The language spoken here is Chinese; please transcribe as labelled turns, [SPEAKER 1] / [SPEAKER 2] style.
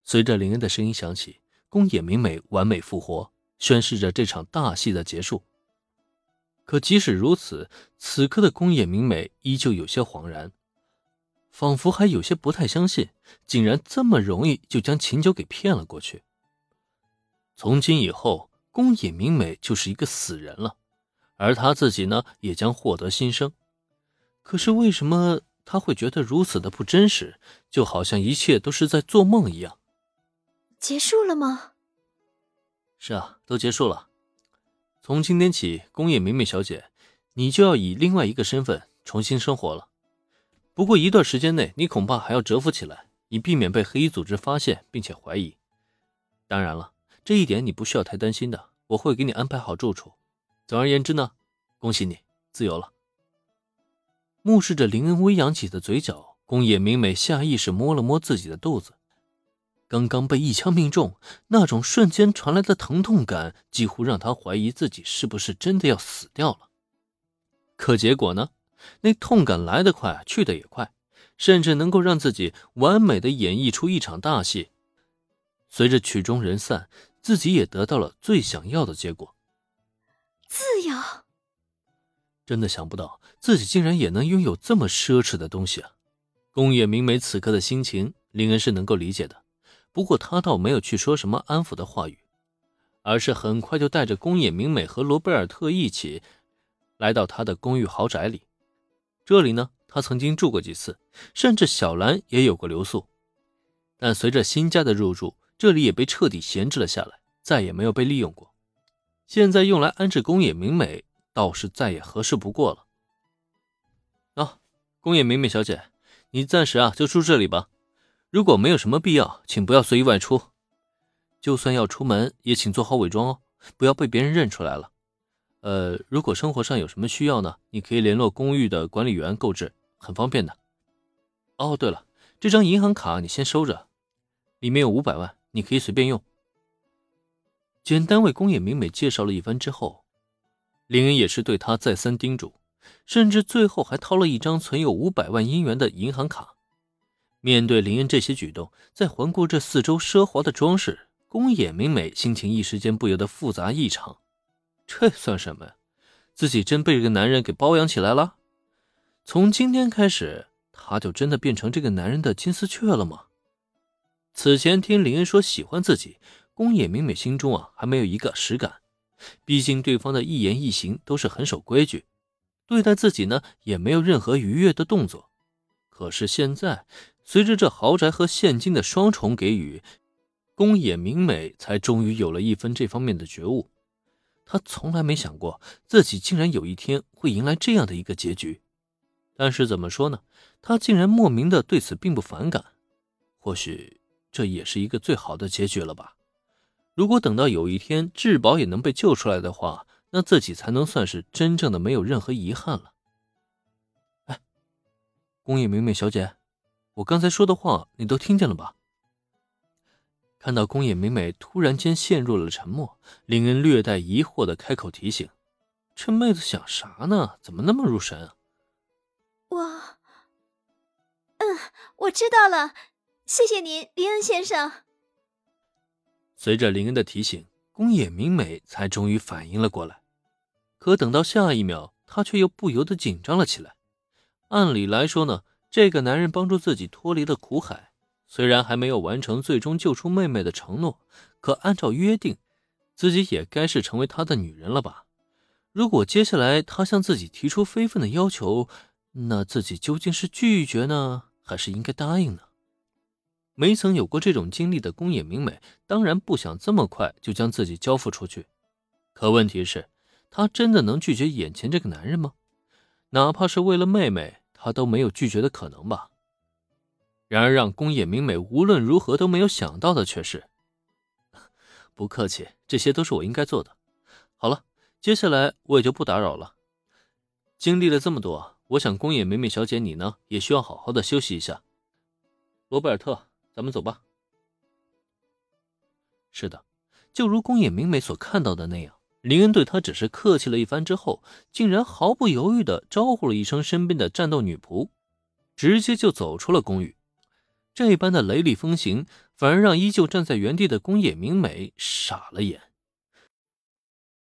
[SPEAKER 1] 随着林恩的声音响起，宫野明美完美复活，宣示着这场大戏的结束。可即使如此，此刻的宫野明美依旧有些恍然，仿佛还有些不太相信，竟然这么容易就将秦九给骗了过去。从今以后，宫野明美就是一个死人了，而他自己呢，也将获得新生。可是为什么他会觉得如此的不真实，就好像一切都是在做梦一样？
[SPEAKER 2] 结束了吗？
[SPEAKER 1] 是啊，都结束了。从今天起，宫野明美小姐，你就要以另外一个身份重新生活了。不过一段时间内，你恐怕还要蛰伏起来，以避免被黑衣组织发现并且怀疑。当然了，这一点你不需要太担心的，我会给你安排好住处。总而言之呢，恭喜你，自由了。目视着林恩微扬起的嘴角，宫野明美下意识摸了摸自己的肚子。刚刚被一枪命中，那种瞬间传来的疼痛感几乎让他怀疑自己是不是真的要死掉了。可结果呢？那痛感来得快，去得也快，甚至能够让自己完美的演绎出一场大戏。随着曲终人散，自己也得到了最想要的结果。
[SPEAKER 2] 自由！
[SPEAKER 1] 真的想不到自己竟然也能拥有这么奢侈的东西啊！宫野明美此刻的心情，林恩是能够理解的。不过他倒没有去说什么安抚的话语，而是很快就带着宫野明美和罗贝尔特一起来到他的公寓豪宅里。这里呢，他曾经住过几次，甚至小兰也有过留宿。但随着新家的入住，这里也被彻底闲置了下来，再也没有被利用过。现在用来安置宫野明美，倒是再也合适不过了。宫野明美小姐，你暂时就住这里吧。如果没有什么必要，请不要随意外出。就算要出门，也请做好伪装哦，不要被别人认出来了。如果生活上有什么需要呢，你可以联络公寓的管理员购置，很方便的。哦，对了，这张银行卡你先收着，里面有500万，你可以随便用。简单为宫野明美介绍了一番之后，林恩也是对他再三叮嘱，甚至最后还掏了一张存有500万银元的银行卡。面对林恩这些举动，再环顾这四周奢华的装饰，宫野明美心情一时间不由得复杂异常。这算什么呀？自己真被这个男人给包养起来了？从今天开始，他就真的变成这个男人的金丝雀了吗？此前听林恩说喜欢自己，宫野明美心中还没有一个实感，毕竟对方的一言一行都是很守规矩，对待自己呢也没有任何逾越的动作。可是现在，随着这豪宅和现金的双重给予，宫野明美才终于有了一分这方面的觉悟。她从来没想过自己竟然有一天会迎来这样的一个结局，但是怎么说呢，她竟然莫名的对此并不反感。或许这也是一个最好的结局了吧。如果等到有一天至宝也能被救出来的话，那自己才能算是真正的没有任何遗憾了。宫野明美小姐，我刚才说的话你都听见了吧？看到宫野明美突然间陷入了沉默，林恩略带疑惑的开口提醒，这妹子想啥呢？怎么那么入神啊？
[SPEAKER 2] 我知道了，谢谢您，林恩先生。
[SPEAKER 1] 随着林恩的提醒，宫野明美才终于反应了过来。可等到下一秒，她却又不由得紧张了起来。按理来说呢，这个男人帮助自己脱离了苦海，虽然还没有完成最终救出妹妹的承诺，可按照约定，自己也该是成为他的女人了吧？如果接下来他向自己提出非分的要求，那自己究竟是拒绝呢，还是应该答应呢？没曾有过这种经历的宫野明美，当然不想这么快就将自己交付出去。可问题是，她真的能拒绝眼前这个男人吗？哪怕是为了妹妹，她都没有拒绝的可能吧。然而让宫野明美无论如何都没有想到的却是，不客气，这些都是我应该做的。好了，接下来我也就不打扰了。经历了这么多，我想宫野美美小姐你呢，也需要好好的休息一下。罗贝尔特，咱们走吧。是的，就如宫野明美所看到的那样，林恩对他只是客气了一番之后，竟然毫不犹豫地招呼了一声身边的战斗女仆，直接就走出了公寓。 这般的雷厉风行，反而让依旧站在原地的宫野明美傻了眼。